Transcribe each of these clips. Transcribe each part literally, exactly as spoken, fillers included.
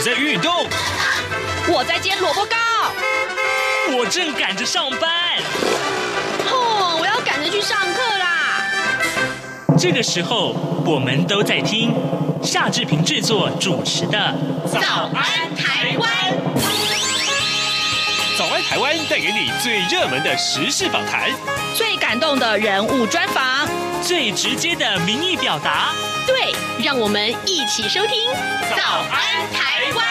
在运动， 我在煎萝卜糕， 我正赶着上班。 哦，我要赶着去上课啦。 这个时候，我们都在听夏志平制作主持的《 早安台湾》。 早安台湾带给你最热门的时事访谈， 最感动的人物专访， 最直接的民意表达。 对，让我们一起收听《早安台湾》。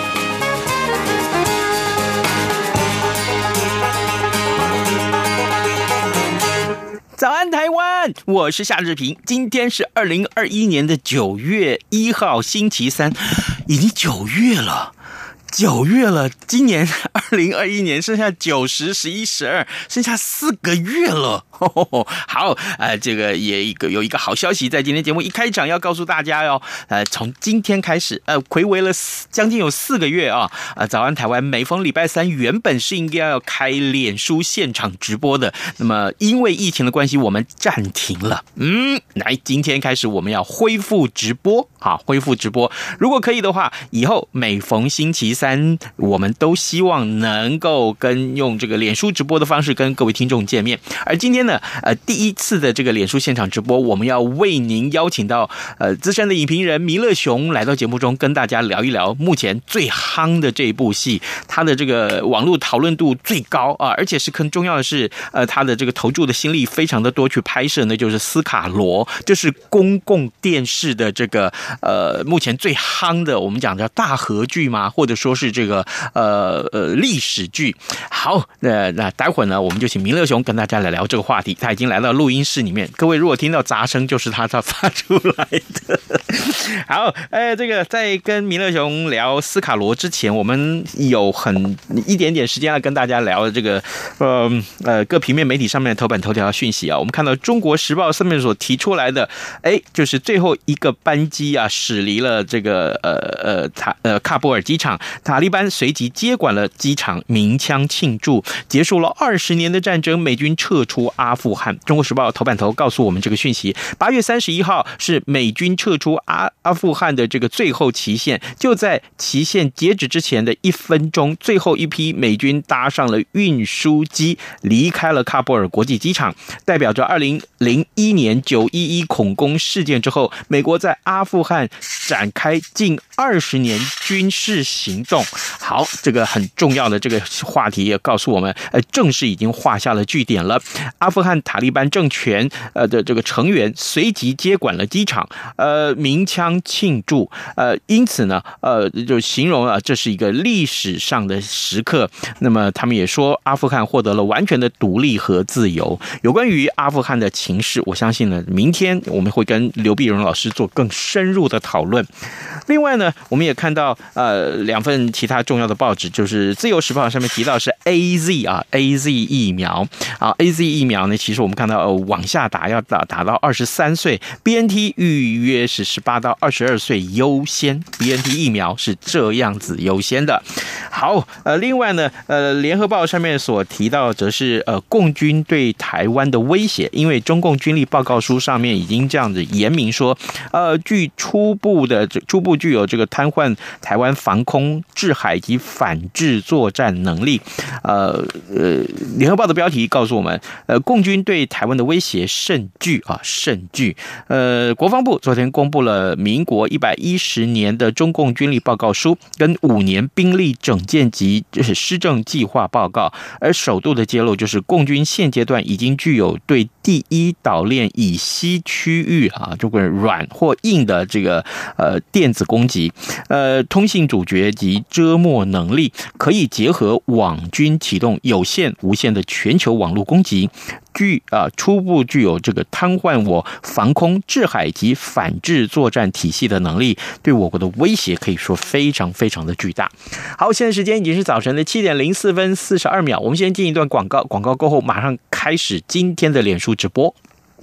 早安台湾，我是夏志平。今天是二零二一年的九月一号，星期三，已经九月了。九月了，今年二零二一年剩下九、十、十一、十二，剩下四个月了。哦、好，呃，这个也一个有一个好消息，在今天节目一开场要告诉大家哟。呃，从今天开始，呃，睽违了将近有四个月啊。呃，早安台湾每逢礼拜三原本是应该要开脸书现场直播的，那么因为疫情的关系，我们暂停了。嗯，来，今天开始我们要恢复直播，好，恢复直播。如果可以的话，以后每逢星期三。三，我们都希望能够跟用这个脸书直播的方式跟各位听众见面。而今天呢，呃，第一次的这个脸书现场直播，我们要为您邀请到呃资深的影评人弥勒熊来到节目中，跟大家聊一聊目前最夯的这一部戏，它的这个网络讨论度最高啊，而且是更重要的是，呃，它的这个投注的心力非常的多去拍摄，那就是斯卡罗，就是公共电视的这个呃目前最夯的，我们讲叫大河剧嘛，或者说。是这个呃呃历史剧。好，那那待会儿呢，我们就请弥勒熊跟大家来聊这个话题。他已经来到录音室里面，各位如果听到杂声，就是他他发出来的。好，呃，这个在跟弥勒熊聊斯卡罗之前，我们有很一点点时间来跟大家聊这个呃呃各平面媒体上面的头版头条的讯息啊。我们看到《中国时报》上面所提出来的，哎，就是最后一个班机啊驶离了这个呃呃塔呃喀布尔机场。塔利班随即接管了机场，鸣枪庆祝，结束了二十年的战争，美军撤出阿富汗。中国时报头版头告诉我们这个讯息：八月三十一号是美军撤出阿阿富汗的这个最后期限，就在期限截止之前的一分钟，最后一批美军搭上了运输机，离开了喀布尔国际机场，代表着二零零一年九一一恐攻事件之后，美国在阿富汗展开近二十年军事行动。好，这个很重要的这个话题也告诉我们，呃，正式已经画下了句点了。阿富汗塔利班政权呃的这个成员随即接管了机场，呃，鸣枪庆祝，呃，因此呢，呃，就形容啊，这是一个历史上的时刻。那么他们也说，阿富汗获得了完全的独立和自由。有关于阿富汗的情势，我相信呢，明天我们会跟刘碧荣老师做更深入的讨论。另外呢，我们也看到呃两份其他重要的报纸，就是《自由时报》上面提到是 A Z 啊 A Z 疫苗啊 A Z 疫苗呢，其实我们看到、呃、往下打要打打到二十三岁 ，B N T 预约是十八到二十二岁优先 ，B N T 疫苗是这样子优先的。好，呃，另外呢，呃，《联合报》上面所提到则是呃共军对台湾的威胁，因为中共军力报告书上面已经这样子言明说，呃，据初步的初步具有这个瘫痪台湾防空、制海及反制作战能力。呃呃，《联合报》的标题告诉我们，呃，共军对台湾的威胁甚巨啊，甚巨。呃，国防部昨天公布了民国一百一十年的中共军力报告书跟五年兵力整建及就是施政计划报告，而首度的揭露就是共军现阶段已经具有对第一岛链以西区域啊，这个软或硬的这个呃电子攻击、呃通信阻绝及遮没能力，可以结合网军启动有线、无线的全球网络攻击。具啊初步具有这个瘫痪我防空、制海及反制作战体系的能力，对我国的威胁可以说非常非常的巨大。好，现在时间已经是早晨的七点零四分四十二秒，我们先进一段广告，广告过后马上开始今天的脸书直播。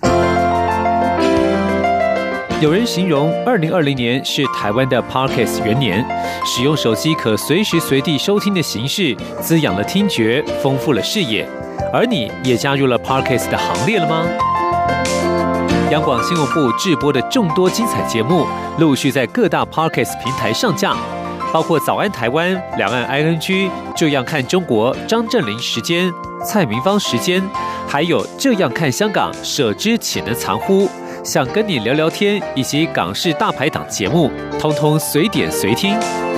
有人形容二零二零年是台湾的 Podcast 元年，使用手机可随时随地收听的形式，滋养了听觉，丰富了视野。而你也加入了 Podcast 的行列了吗？央广新闻部制播的众多精彩节目，陆续在各大 Podcast 平台上架。 包括早安台湾、两岸 I N G、这样看中国、张振霖时间、蔡明芳时间，还有这样看香港、舍之岂能藏乎？想跟你聊聊天，以及港式大排档节目，通通随点随听。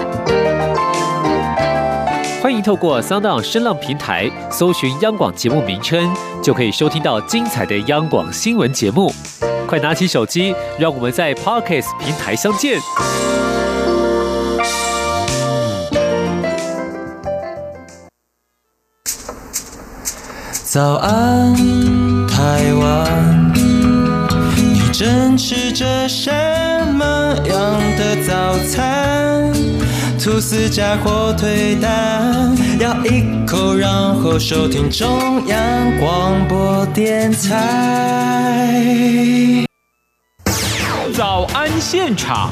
欢迎透过 SoundOn 声浪平台搜寻央广节目名称，就可以收听到精彩的央广新闻节目。快拿起手机，让我们在 Podcast 平台相见。 早安，台湾，你正吃着什么样的早餐？吐司加火腿蛋，咬一口，然后收听中央广播电台。 早安现场。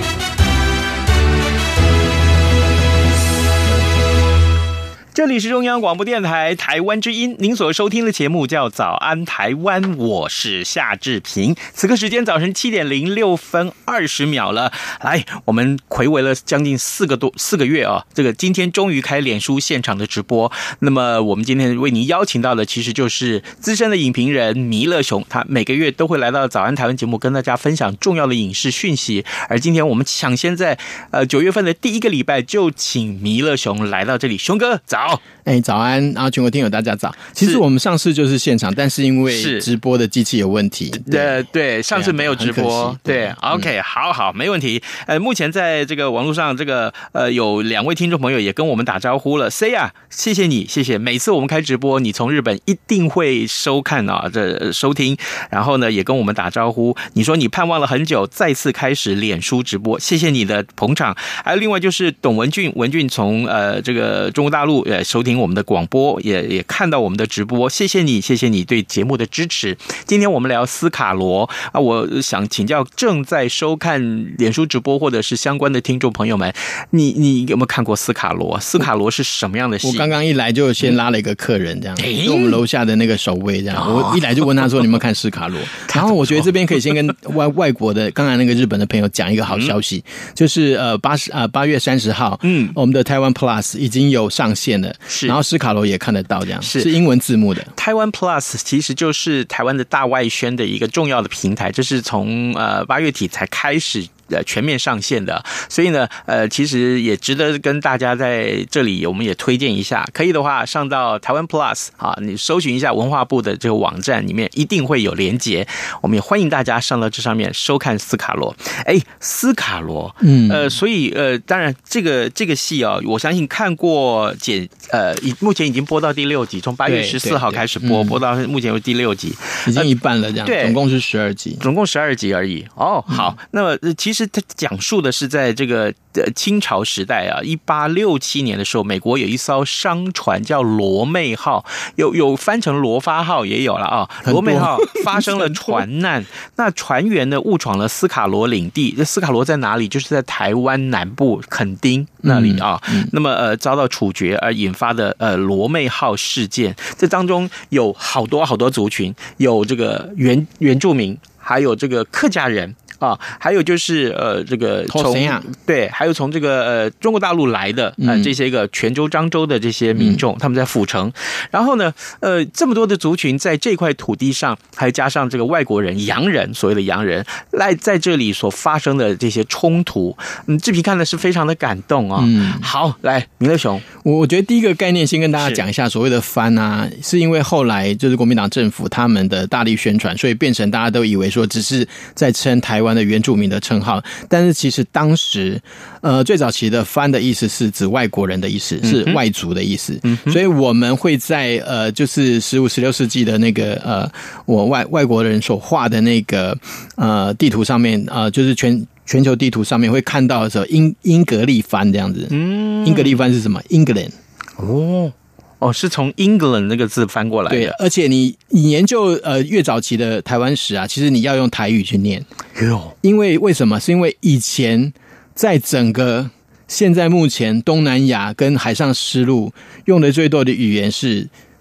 这里是中央广播电台台湾之音，您所收听的节目叫早安台湾，我是夏志平。此刻时间早晨七点零六分二十秒了，来，我们睽违了将近四个多四个月啊，这个今天终于开脸书现场的直播。那么我们今天为您邀请到的其实就是资深的影评人弥勒熊，他每个月都会来到早安台湾节目跟大家分享重要的影视讯息。而今天我们抢先在呃九月份的第一个礼拜就请弥勒熊来到这里，熊哥早。 哎，早安！然后全国听友大家早。其实我们上次就是现场，但是因为直播的机器有问题， 对对，上次没有直播，对, 对 ，OK， 好好，没问题。呃，目前在这个网络上，这个呃有两位听众朋友也跟我们打招呼了 ，C 啊，谢谢你，谢谢。每次我们开直播，你从日本一定会收看啊，这收听，然后呢也跟我们打招呼。你说你盼望了很久，再次开始脸书直播，谢谢你的捧场。还有另外就是董文俊，文俊从呃这个中国大陆呃收听我们的广播，也也看到我们的直播，谢谢你，谢谢你对节目的支持。今天我们聊斯卡罗啊，我想请教正在收看脸书直播或者是相关的听众朋友们，你你有没有看过斯卡罗？斯卡罗是什么样的戏？ 我刚刚一来就先拉了一个客人，这样，嗯、就我们楼下的那个守卫这样，哦、我一来就问他说：“你有没有看斯卡罗？”然后我觉得这边可以先跟外外国的刚才那个日本的朋友讲一个好消息，嗯、就是呃八十呃八月三十号，嗯，我们的台湾 Plus 已经有上线了，是，然后斯卡罗也看得到，这样是是英文字幕的。 台湾 Plus 其实就是台湾的大外宣的一个重要的平台，这是从呃八月底才开始。呃，全面上线的，所以呢，呃，其实也值得跟大家在这里，我们也推荐一下。可以的话，上到台湾 Plus 啊，你搜寻一下文化部的这个网站里面，一定会有连结。我们也欢迎大家上到这上面收看斯卡罗。哎，斯卡罗，嗯，呃，所以呃，当然这个这个戏啊，我相信看过剪呃，目前已经播到第六集，从八月十四号开始播，播到目前为第六集， 已经一半了，这样，对，总共是十二集， 总共十二集而已。哦，好，嗯、那么其实。其实它讲述的是在这个清朝时代啊，一八六七年的时候，美国有一艘商船叫罗妹号，有有翻成罗发号也有了啊。罗妹号发生了船难，那船员呢误闯了斯卡罗领地。这斯卡罗在哪里？就是在台湾南部垦丁那里啊。嗯嗯、那么呃遭到处决而引发的呃罗妹号事件，这当中有好多好多族群，有这个原原住民，还有这个客家人。啊，还有就是呃，这个从对，还有从这个呃中国大陆来的呃这些个泉州、漳州的这些民众，嗯、他们在府城，然后呢，呃，这么多的族群在这块土地上，还加上这个外国人洋人，所谓的洋人来在这里所发生的这些冲突，嗯，志平看的是非常的感动啊。嗯，好，来，弥勒熊， 我我觉得第一个概念先跟大家讲一下，所谓的翻啊，是因为后来就是国民党政府他们的大力宣传，所以变成大家都以为说只是在称台湾。湾的原住民的称号，但是其实当时，呃，最早期的番的意思是指外国人的意思，是外族的意思，嗯、所以我们会在呃，就是十五、十六世纪的那个呃，我外外国人所画的那个呃地图上面，呃，就是全全球地图上面会看到的时候，英英格利番这样子，嗯，英格利番是什么 ？England 哦。哦，是从 England 那个字翻过来的。 对，而且你你研究呃越早期的台湾史啊，其实你要用台语去念。因为为什么？是因为以前在整个现在目前东南亚跟海上丝路用的最多的语言是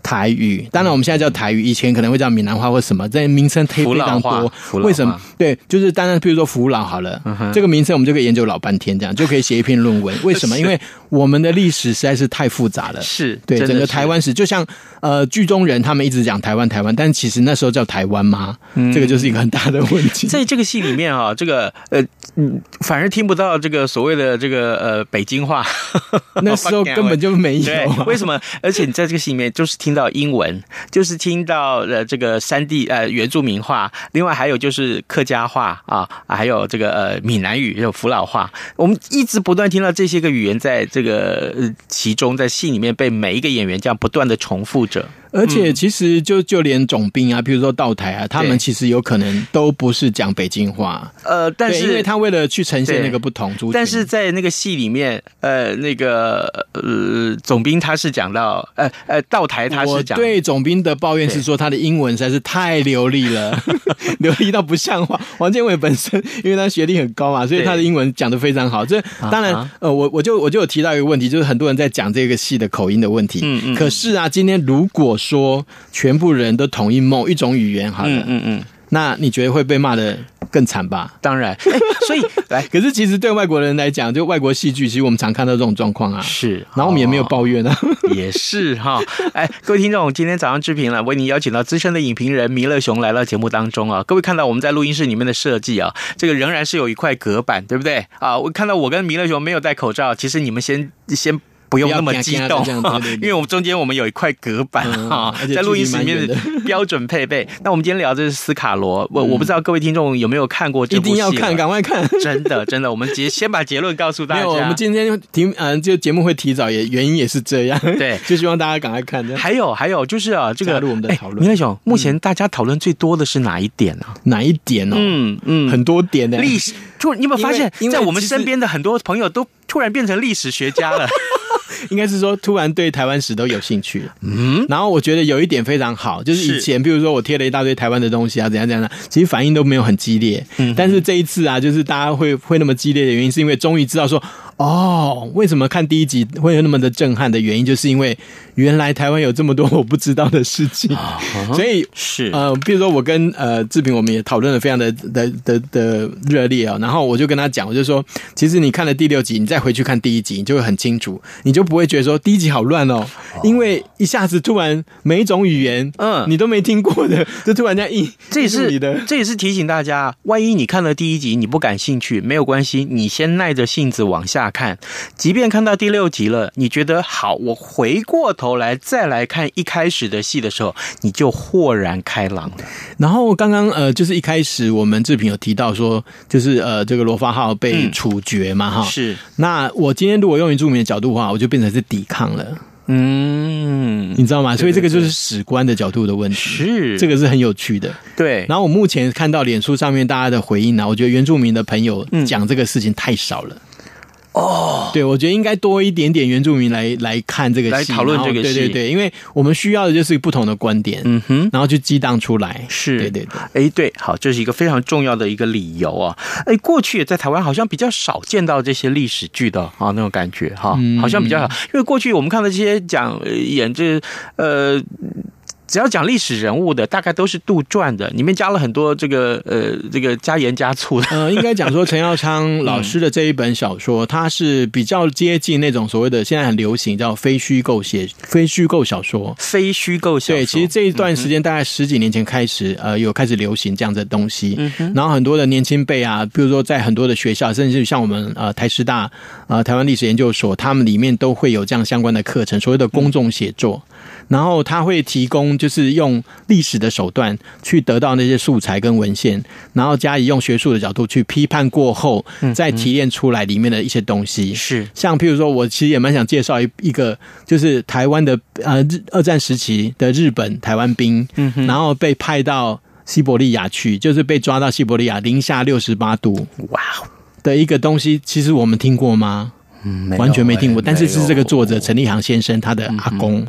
台语，当然我们现在叫台语，以前可能会叫闽南话或什么，这名称非常多。为什么？对，就是当然，比如说福佬好了，嗯、这个名称我们就可以研究老半天，这样就可以写一篇论文。为什么？因为我们的历史实在是太复杂了。 是， 对整个台湾史，就像呃剧中人他们一直讲台湾台湾，但其实那时候叫台湾吗？嗯、这个就是一个很大的问题。 在这个戏里面啊，这个呃，反而听不到这个所谓的这个呃北京话， 那时候根本就没有、啊。 为什么？而且你在这个戏里面就是听到英文，就是听到呃这个山地呃原住民话，另外还有就是客家话啊，还有这个呃闽南语，还有福佬话，我们一直不断听到这些个语言在这个、呃、其中，在戏里面被每一个演员这样不断的重复着。 而且其实就就连总兵啊，比如说道台啊，他们其实有可能都不是讲北京话。呃，但是因为他为了去呈现那个不同族群， 但是在那个戏里面，呃，那个呃总兵他是讲到呃呃道台他是讲， 我对总兵的抱怨是说他的英文实在是太流利了，流利到不像话。王建伟本身因为他学历很高嘛，所以他的英文讲得非常好。这当然呃我我就我就有提到一个问题，就是很多人在讲这个戏的口音的问题。嗯嗯。可是啊，今天如果说全部人都统一某一种语言好了，嗯嗯嗯，那你觉得会被骂得更惨吧？ 当然，欸、所以来， 可是其实对外国人来讲，就外国戏剧，其实我们常看到这种状况啊， 是， 然后我们也没有抱怨啊， 哦、也是哈。哎，各位听众，今天早上之评了，为您邀请到资深的影评人弥勒熊来到节目当中啊。各位看到我们在录音室里面的设计啊，这个仍然是有一块隔板，对不对啊？我看到我跟弥勒熊没有戴口罩，其实你们先先。不用那么激动，因为我们中间我们有一块隔板哈、嗯，在录音室里面的标准配备。那我们今天聊的是斯卡罗，我我不知道各位听众有没有看过这部戏， 一定要看，赶快看！ 真的真的，我们直先把结论告诉大家。 没有，我们今天提呃，就节目会提早，也原因也是这样， 对， 就希望大家赶快看。 还有还有就是啊，这个加入我们的讨论。 弥勒熊，目前大家讨论最多的是哪一点啊？ 哪一点哦？嗯嗯，很多点呢、欸。 历史，就你有没有发现，在我们身边的很多朋友都突然变成历史学家了？ 应该是说突然对台湾史都有兴趣，嗯，然后我觉得有一点非常好，就是以前比如说我贴了一大堆台湾的东西啊，怎样怎样的，其实反应都没有很激烈，嗯，但是这一次啊，就是大家会会那么激烈的原因，是因为终于知道说，哦，为什么看第一集会有那么的震撼的原因，就是因为原来台湾有这么多我不知道的事情，啊、所以是呃，比如说我跟呃志平我们也讨论的非常的的的的热烈啊，然后我就跟他讲，我就说，其实你看了第六集，你再回去看第一集，你就会很清楚，你就不会觉得说第一集好乱哦，因为一下子突然每一种语言，嗯，你都没听过的，就突然间一， 这也是这也是提醒大家，万一你看了第一集你不感兴趣，没有关系，你先耐着性子往下看，即便看到第六集了，你觉得好，我回过头来再来看一开始的戏的时候，你就豁然开朗了。 然后刚刚呃，就是一开始我们志平有提到说，就是呃，这个罗发号被处决嘛，哈、嗯， 是。 那我今天如果用原住民的角度的话，我就变成是抵抗了。嗯，你知道吗？所以这个就是史观的角度的问题， 是这个是很有趣的。 对， 然后我目前看到脸书上面大家的回应呢、啊，我觉得原住民的朋友讲这个事情太少了。哦，对，我觉得应该多一点点原住民来来看这个戏， 来讨论这个戏， 对对对，因为我们需要的就是不同的观点，嗯哼，然后去激荡出来， 是， 对对对， 哎，对，好，这是一个非常重要的一个理由啊，哎，过去也在台湾好像比较少见到这些历史剧的啊那种感觉哈，嗯、好像比较少，因为过去我们看到这些讲演这呃。只要讲历史人物的，大概都是杜撰的，里面加了很多这个呃这个加盐加醋的。 呃，应该讲说陈耀昌老师的这一本小说，它是比较接近那种所谓的现在很流行叫非虚构写非虚构小说。 非虚构小说。 对，其实这一段时间大概十几年前开始，呃，有开始流行这样的东西。嗯、然后很多的年轻辈啊，比如说在很多的学校，甚至像我们呃台师大呃台湾历史研究所，他们里面都会有这样相关的课程，所谓的公众写作。嗯，然后他会提供就是用历史的手段去得到那些素材跟文献，然后加以用学术的角度去批判过后，再提炼出来里面的一些东西。是像譬如说，我其实也蛮想介绍一一个，就是台湾的呃二战时期的日本台湾兵，嗯，然后被派到西伯利亚去，就是被抓到西伯利亚零下六十八度，哇的一个东西，其实我们听过吗？嗯，完全没听过。但是是这个作者陈立航先生他的阿公。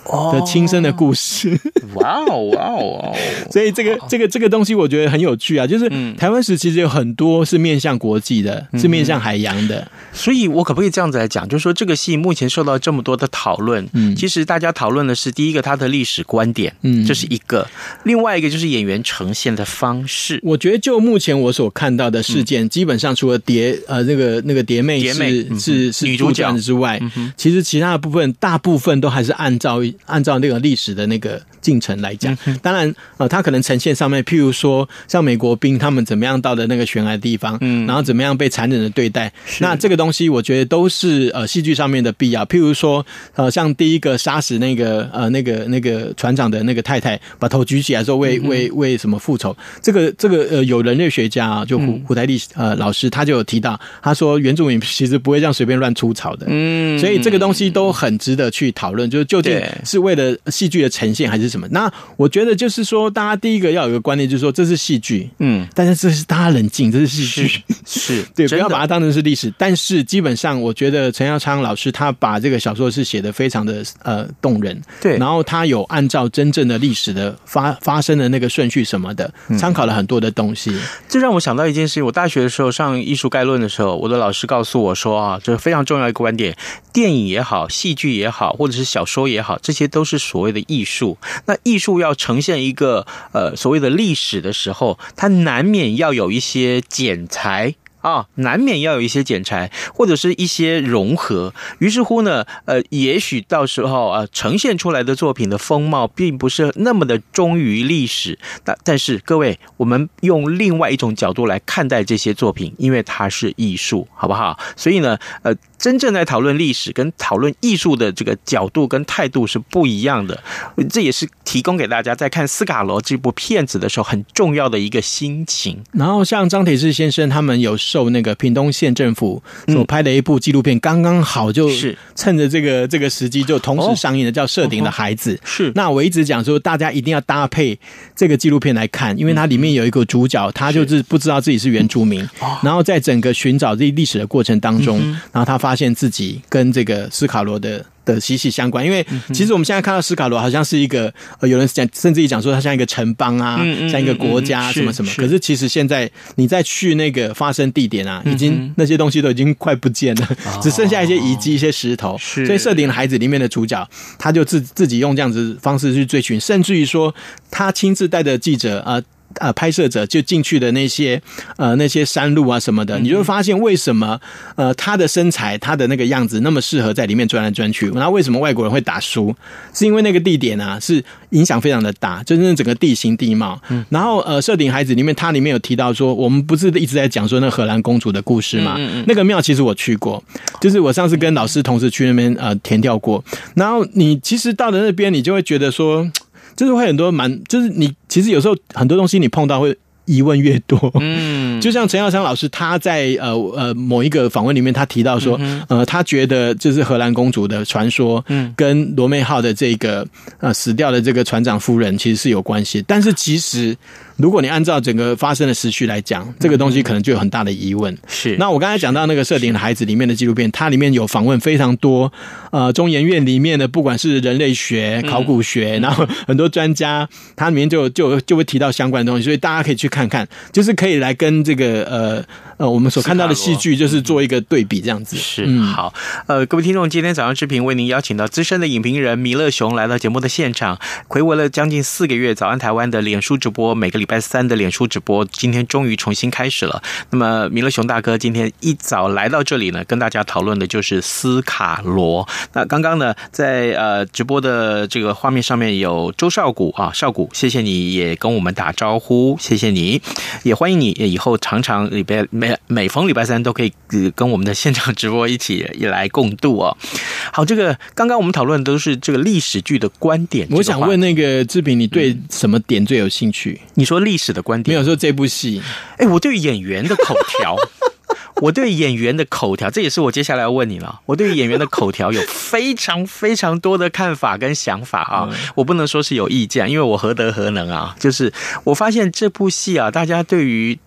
的亲身的故事。 哇哦哇哦！ 所以这个这个这个东西我觉得很有趣啊，就是台湾史其实有很多是面向国际的，是面向海洋的。 所以我可不可以这样子来讲，就是说这个戏目前受到这么多的讨论，嗯，其实大家讨论的是第一个它的历史观点，嗯，这是一个；另外一个就是演员呈现的方式。 我觉得就目前我所看到的事件，嗯、基本上除了蝶呃那个那个蝶妹是是、嗯、是是女主角之外、嗯，其实其他的部分大部分都还是按照按照那个历史的那个进程来讲。嗯、当然呃，它可能呈现上面，譬如说像美国兵他们怎么样到的那个悬崖地方，嗯，然后怎么样被残忍的对待，那这个东西我觉得都是呃戏剧上面的必要。譬如说呃像第一个杀死那个呃那个那个船长的那个太太，把头举起来说为、嗯、为为什么复仇？这个这个呃有人类学家啊，就胡胡台丽呃老师他就有提到，他说原住民其实不会这样随便乱出草的，嗯，所以这个东西都很值得去讨论，就是究竟是为了戏剧的呈现还是什么？那我觉得就是说，大家第一个要有一个观念，就是说这是戏剧，嗯，但是这是大家冷静，这是戏剧， 是, 是对，不要把它当成是历史。但是基本上，我觉得陈耀昌老师他把这个小说是写得非常的呃动人，对，然后他有按照真正的历史的发发生的那个顺序什么的，参考了很多的东西。嗯、 这让我想到一件事情，我大学的时候上艺术概论的时候，我的老师告诉我说啊，这非常重要一个观点，电影也好，戏剧也好，或者是小说也好，这些都是所谓的艺术。那艺术要呈现一个呃所谓的历史的时候，它难免要有一些剪裁。啊，难免要有一些剪裁，或者是一些融合。于是乎呢，呃，也许到时候啊、呃，呈现出来的作品的风貌并不是那么的忠于历史。但但是各位，我们用另外一种角度来看待这些作品，因为它是艺术，好不好？所以呢，呃，真正在讨论历史跟讨论艺术的这个角度跟态度是不一样的。这也是提供给大家在看《斯卡罗》这部片子的时候很重要的一个心情。 然后像张铁志先生他们有受那个屏东县政府所拍的一部纪录片，刚刚好就是趁着这个这个时机就同时上映的，叫《射顶的孩子》。是，那我一直讲说，大家一定要搭配这个纪录片来看，因为它里面有一个主角，他就是不知道自己是原住民，然后在整个寻找这历史的过程当中，然后他发现自己跟这个斯卡罗的。的息息相关，因为其实我们现在看到斯卡罗好像是一个，呃，有人讲，甚至于讲说它像一个城邦啊，嗯嗯像一个国家什么什么。可是其实现在你再去那个发生地点啊，已经那些东西都已经快不见了，嗯、只剩下一些遗迹、一些石头。所以《射顶的孩子》里面的主角，他就自自己用这样子方式去追寻，甚至于说他亲自带着记者啊。呃呃，拍摄者就进去的那些呃那些山路啊什么的，你就会发现为什么呃他的身材他的那个样子那么适合在里面钻来钻去，然后为什么外国人会打输，是因为那个地点啊是影响非常的大，就是整个地形地貌。嗯、然后呃，《射顶孩子》里面它里面有提到说，我们不是一直在讲说那荷兰公主的故事嘛？嗯嗯嗯那个庙其实我去过，就是我上次跟老师同时去那边呃填调过，然后你其实到了那边，你就会觉得说。就是会很多蛮，就是你其实有时候很多东西你碰到会疑问越多，嗯，就像陈耀昌老师他在呃呃某一个访问里面他提到说，嗯、呃他觉得就是荷兰公主的传说，嗯，跟罗妹号的这个呃死掉的这个船长夫人其实是有关系，但是其实。如果你按照整个发生的时序来讲，这个东西可能就有很大的疑问。是，那我刚才讲到那个《射顶的孩子》里面的纪录片，它里面有访问非常多，呃，中研院里面的不管是人类学、考古学，嗯、然后很多专家，它里面就就就会提到相关的东西，所以大家可以去看看，就是可以来跟这个呃呃我们所看到的戏剧，就是做一个对比，这样子。是， 嗯、好，呃，各位听众，今天早上之平为您邀请到资深的影评人弥勒熊来到节目的现场，睽违了将近四个月，早安台湾的脸书直播每个礼拜。礼拜三的脸书直播今天终于重新开始了。那么弥勒熊大哥今天一早来到这里呢，跟大家讨论的就是斯卡罗。那刚刚呢，在呃直播的这个画面上面有周少谷啊，少谷，谢谢你也跟我们打招呼，谢谢你，也欢迎你以后常常礼拜每每逢礼拜三都可以跟我们的现场直播一起来共度哦。好，这个刚刚我们讨论的都是这个历史剧的观点。 我想问那个志平，你对什么点最有兴趣？ 你说历史的观点， 没有说这部戏。 哎，我对演员的口条，我对演员的口条，这也是我接下来要问你了。我对演员的口条有非常非常多的看法跟想法啊，嗯、我不能说是有意见，因为我何德何能啊？就是我发现这部戏啊，大家对于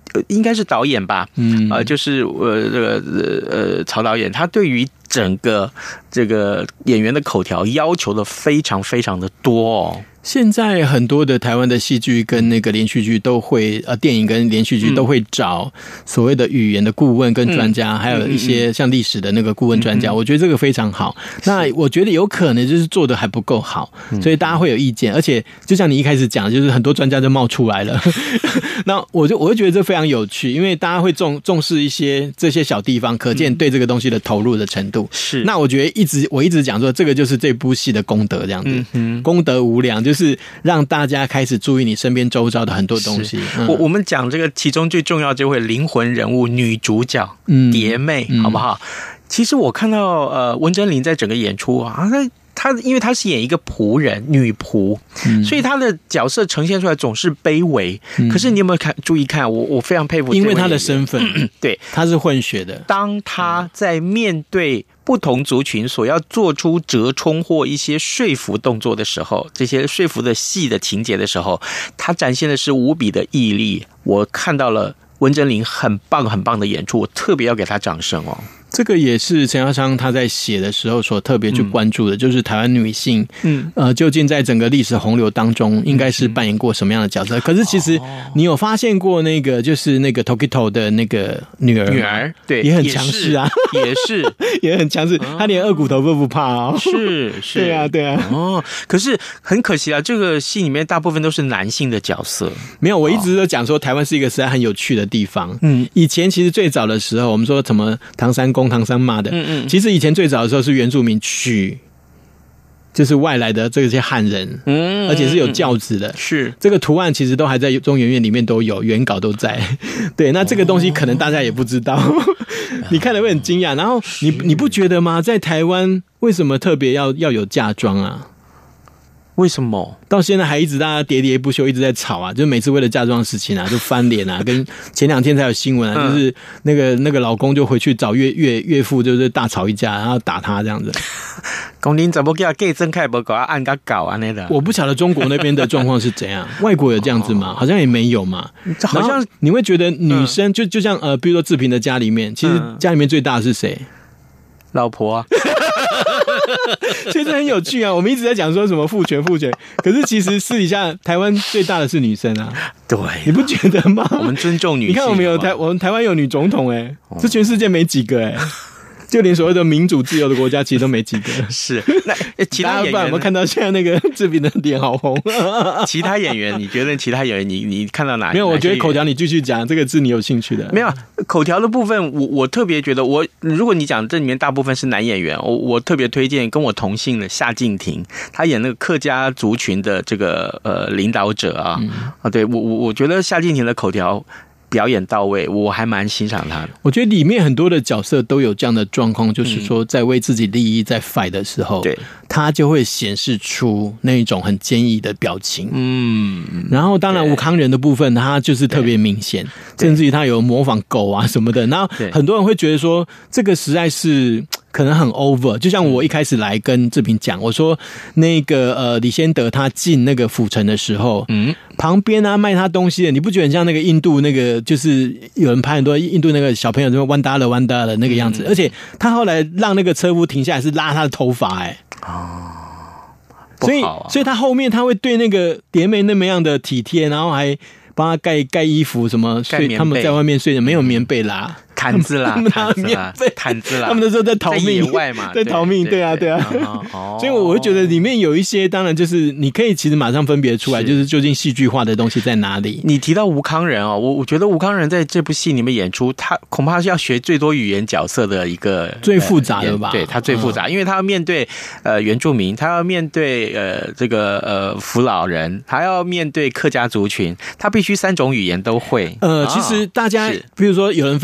应该是导演吧，嗯，呃，就是呃这个呃曹导演，他对于整个这个演员的口条要求的非常非常的多哦。 现在很多的台湾的戏剧跟那个连续剧都会呃电影跟连续剧都会找所谓的语言的顾问跟专家，嗯、还有一些像历史的那个顾问专家，嗯、我觉得这个非常好。那我觉得有可能就是做的还不够好，所以大家会有意见。而且就像你一开始讲，就是很多专家就冒出来了。那我就我会觉得这非常有趣，因为大家会重重视一些这些小地方，可见对这个东西的投入的程度。是。那我觉得一直我一直讲说，这个就是这部戏的功德，这样子，嗯、功德无量。就是让大家开始注意你身边周遭的很多东西。 嗯、我我们讲这个其中最重要这位灵魂人物女主角蝶妹，嗯、好不好？其实我看到呃温贞菱在整个演出啊，她她因为她是演一个仆人女仆，嗯、所以她的角色呈现出来总是卑微。嗯、可是你有没有看注意看？我我非常佩服， 因为她的身份， 对， 她是混血的。 当她在面对不同族群所要做出折冲或一些说服动作的时候，这些说服的戏的情节的时候，他展现的是无比的毅力。我看到了温贞菱很棒很棒的演出，我特别要给他掌声哦。 这个也是陈嘉昌他在写的时候所特别去关注的，嗯、就是台湾女性，嗯，呃，究竟在整个历史洪流当中，应该是扮演过什么样的角色？嗯、可是其实你有发现过那个，就是那个 Tokito 的那个女儿， 女儿对， 也很强势啊， 也是，也, 也很强势，她连二骨头都不怕哦。 是是， 对啊对啊。 哦，可是很可惜啊，这个戏里面大部分都是男性的角色。 没有，我一直都讲说，台湾是一个实在很有趣的地方。嗯，以前其实最早的时候，我们说什么唐山公、唐山妈的，嗯嗯，其实以前最早的时候是原住民娶，就是外来的这些汉人，嗯，而且是有轿子的， 是这个图案其实都还在中研院里面都有，原稿都在。对，那这个东西可能大家也不知道，哦、你看了会很惊讶。然后你你不觉得吗？在台湾为什么特别要要有嫁妆啊？ 为什么到现在还一直大家喋喋不休，一直在吵啊？就每次为了嫁妆的事情啊，就翻脸啊。跟前两天才有新闻啊，嗯、就是那个那个老公就回去找岳岳岳父，就是大吵一架，然后打他这样子。 公您怎么叫给曾开不搞啊？按个搞啊那个？ 我不晓得中国那边的状况是怎样，外国有这样子吗？好像也没有嘛。好像你会觉得女生、嗯、就就像呃，比如说志平的家里面，其实家里面最大的是谁？ 老婆啊。 所以这很有趣啊！我们一直在讲说什么父权父权，可是其实私底下台湾最大的是女生啊。 对， 你不觉得吗？ 我们尊重女性。 你看我们有台，我们台湾有女总统哎、欸，这全世界没几个哎、欸。就连所谓的民主自由的国家其实都没几个。 是，那其他演员有没有看到现在那个志平的脸好红？ 其他演员，你觉得其他演员你你看到哪？ 没有，我觉得口条你继续讲，这个是你有兴趣的。 没有口条的部分，我我特别觉得我，如果你讲这里面大部分是男演员，我我特别推荐跟我同姓的夏靖庭，他演那个客家族群的这个呃领导者啊、嗯、啊，对我我我觉得夏靖庭的口条表演到位，我还蛮欣赏他的。 我觉得里面很多的角色都有这样的状况，就是说在为自己利益在 fight 的时候，对、嗯，他就会显示出那一种很坚毅的表情。嗯，然后当然吴慷仁的部分，他就是特别明显，甚至于他有模仿狗啊什么的。然后很多人会觉得说，这个实在是可能很 over。就像我一开始来跟志平讲，我说那个呃李先德他进那个府城的时候，嗯，旁边啊卖他东西的，你不觉得很像那个印度那个？就是有人拍很多印度那个小朋友，什么弯达了弯达了那个样子，嗯、而且他后来让那个车夫停下来是拉他的头发、欸，哎，哦，所以、啊、所以他后面他会对那个蝶妹那么样的体贴，然后还帮他盖盖衣服什么，睡他们在外面睡的没有棉被啦。 毯子啦，毯子啦，毯子啦， 他们那时候在逃命， 在野外嘛， 在逃命，对啊，对啊。所以我会觉得里面有一些，当然就是你可以其实马上分别出来，就是究竟戏剧化的东西在哪里。 你提到吴慷仁哦，我我觉得吴慷仁在这部戏里面演出，他恐怕是要学最多语言角色的一个最复杂的吧？ 对，他最复杂，因为他要面对呃原住民，他要面对呃这个呃福老人，还要面对客家族群，他必须三种语言都会。 呃，其实大家比如说有人分享那个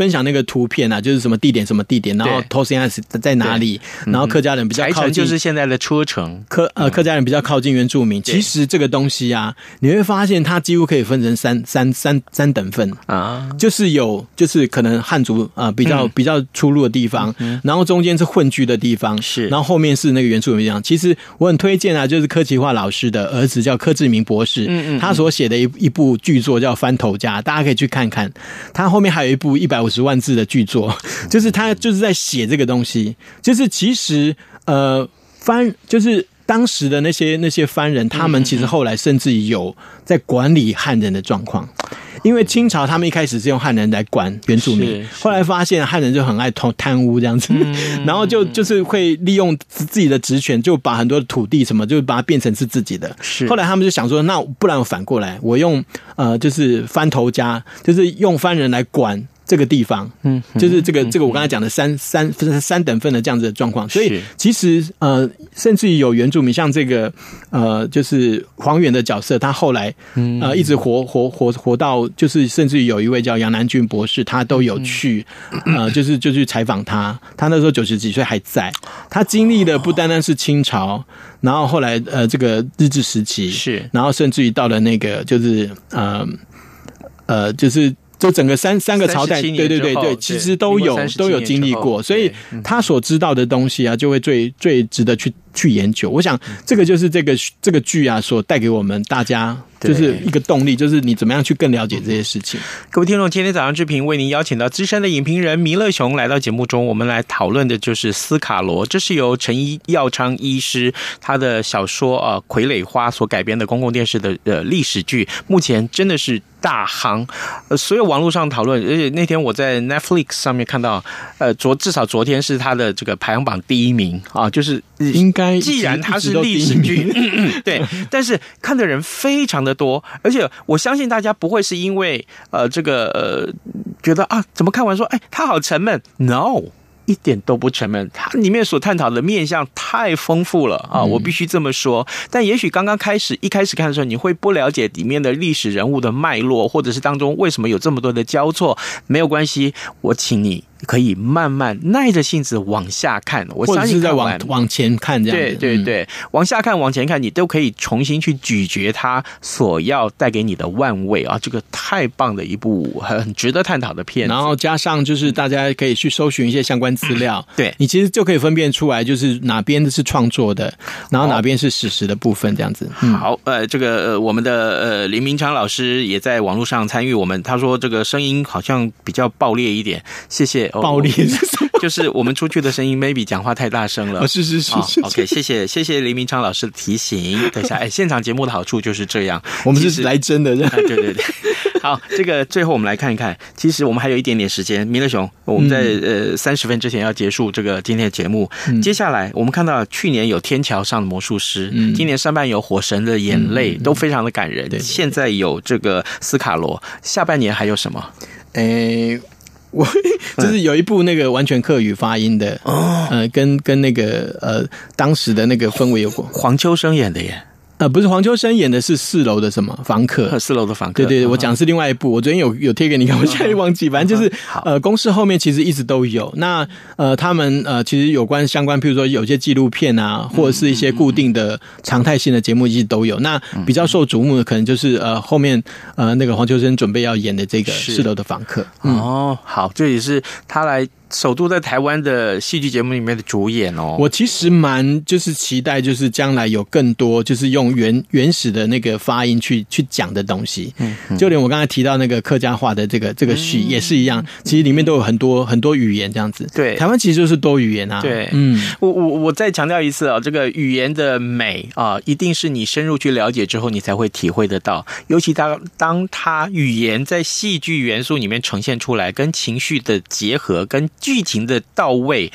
图片啊，就是什么地点什么地点，然后 Tosinas 在哪里，然后客家人比较靠近， 就是现在的车城。 客呃客家人比较靠近原住民。其实这个东西啊，你会发现它几乎可以分成三三三三等份啊，就是有就是可能汉族啊、呃、比较、嗯、比较出入的地方，嗯、然后中间是混居的地方，是，然后后面是那个原住民地方。其实我很推荐啊，就是柯其化老师的儿子叫柯志明博士，嗯嗯，他所写的一一部巨作叫《番头家》，大家可以去看看。他后面还有一部一百五十万字的巨作，就是他就是在写这个东西，就是其实呃番就是当时的那些那些番人，他们其实后来甚至有在管理汉人的状况。因为清朝他们一开始是用汉人来管原住民，后来发现汉人就很爱贪污这样子，嗯、然后就就是会利用自己的职权，就把很多的土地什么，就把它变成是自己的。是，后来他们就想说，那不然我反过来，我用呃，就是番头家，就是用番人来管这个地方，嗯，就是这个这个我刚才讲的三三三等份的这样子的状况，所以其实呃，甚至于有原住民，像这个呃，就是黄远的角色，他后来呃一直活活活活到，就是甚至于有一位叫杨南俊博士，他都有去呃，就是就去采访他，他那时候九十几岁还在，他经历的不单单是清朝，然后后来呃这个日治时期是，然后甚至于到了那个就是呃呃就是。就整个三三个朝代，对对对对，其实都有都有经历过，所以他所知道的东西啊，就会最最值得去去研究。我想这个就是这个这个剧啊所带给我们大家就是一个动力，就是你怎么样去更了解这些事情。 各位听众，今天早上之评为您邀请到资深的影评人弥勒雄来到节目中，我们来讨论的就是斯卡罗，这是由陈耀昌医师他的小说啊《傀儡花》所改编的公共电视的呃历史剧，目前真的是大夯，呃，所有网络上讨论，而且那天我在 Netflix 上面看到，呃，昨至少昨天是他的这个排行榜第一名啊，就是应该既然它是历史剧，对，但是看的人非常的多，而且我相信大家不会是因为呃这个呃觉得啊怎么看完说哎它好沉闷 ，no。一点都不沉闷，它里面所探讨的面向太丰富了啊！我必须这么说。但也许刚刚开始一开始看的时候，你会不了解里面的历史人物的脉络，或者是当中为什么有这么多的交错，没有关系，我请你可以慢慢耐着性子往下看，我相信或者是在往往前看这样子， 对对对、嗯，往下看往前看，你都可以重新去咀嚼它所要带给你的万味啊！这个太棒的一部很值得探讨的片子， 然后加上就是大家可以去搜寻一些相关资料， 对你其实就可以分辨出来，就是哪边是创作的，然后哪边是史实的部分这样子。 嗯、好，呃，这个、呃、我们的呃林明昌老师也在网络上参与我们，他说这个声音好像比较爆裂一点，谢谢。 暴力是什么？ 就是我们出去的声音 maybe 讲话太大声了。 哦、是是是是、 哦、OK， 谢谢谢谢林明昌老师的提醒。等一下，哎，现场节目的好处就是这样， 我们是来真的。 啊、对对对。好，这个最后我们来看一看，其实我们还有一点点时间。弥勒雄，我们在、嗯、呃三十分之前要结束这个今天的节目。嗯、接下来我们看到去年有天桥上的魔术师，嗯、今年上半有火神的眼泪，嗯、都非常的感人。对对对，现在有这个斯卡罗，下半年还有什么？ 诶。我就是有一部那个完全客语发音的，哦、呃，跟跟那个呃当时的那个氛围有关。 黄秋生演的耶。 呃，不是黄秋生演的是四楼的什么房客？ 四楼的房客。 对对对，我讲的是另外一部。我昨天有有贴给你看，我现在忘记。反正就是呃，公视后面其实一直都有。那呃，他们呃，其实有关相关，譬如说有些纪录片啊，或者是一些固定的常态性的节目，一直都有。那比较受瞩目的，可能就是呃后面呃那个黄秋生准备要演的这个四楼的房客。 嗯、哦，好，这也是他来。首度在台湾的戏剧节目里面的主演哦， 我其实蛮就是期待，就是将来有更多就是用原原始的那个发音去去讲的东西。嗯，嗯就连我刚才提到那个客家话的这个这个戏也是一样，嗯、其实里面都有很多很多语言这样子。对，台湾其实就是多语言啊。 对，嗯，我我我再强调一次啊，这个语言的美啊，一定是你深入去了解之后，你才会体会得到。尤其当当它语言在戏剧元素里面呈现出来，跟情绪的结合，跟剧情的到位，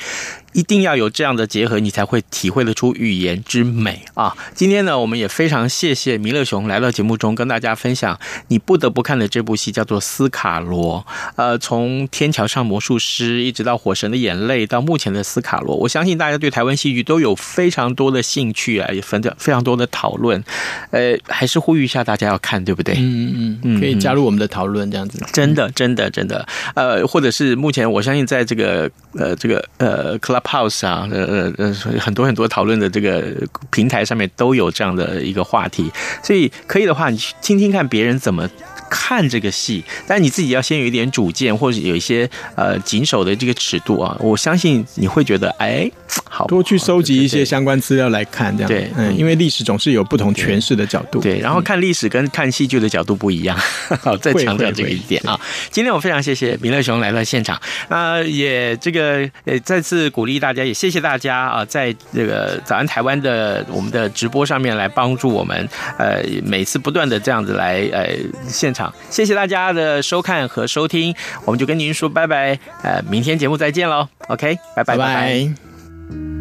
一定要有这样的结合，你才会体会得出语言之美啊！今天呢，我们也非常谢谢弥勒熊来到节目中，跟大家分享你不得不看的这部戏，叫做《斯卡罗》。呃，从《天桥上魔术师》一直到《火神的眼泪》，到目前的《斯卡罗》，我相信大家对台湾戏剧都有非常多的兴趣啊，也分非常多的讨论。呃，还是呼吁一下大家要看，对不对？ 嗯嗯嗯，可以加入我们的讨论，这样子。 真的，真的，真的。呃，或者是目前我相信在这个呃这个呃 Clubhouse 啊，呃呃很多很多讨论的这个平台上面都有这样的一个话题，所以可以的话，你去听听看别人怎么看这个戏，但你自己要先有一点主见，或者有一些呃谨守的这个尺度啊，我相信你会觉得，哎，好， 多去收集一些相关资料来看，这样对， 嗯，因为历史总是有不同诠释的角度， 对，然后看历史跟看戏剧的角度不一样，好，再强调这个一点啊。今天我非常谢谢弥勒熊来到现场，那也这个呃再次鼓励大家，也谢谢大家啊，在这个早安台湾的我们的直播上面来帮助我们，呃，每次不断的这样子来呃现场，谢谢大家的收看和收听，我们就跟您说拜拜，呃，明天节目再见喽 ，OK， 拜拜拜拜。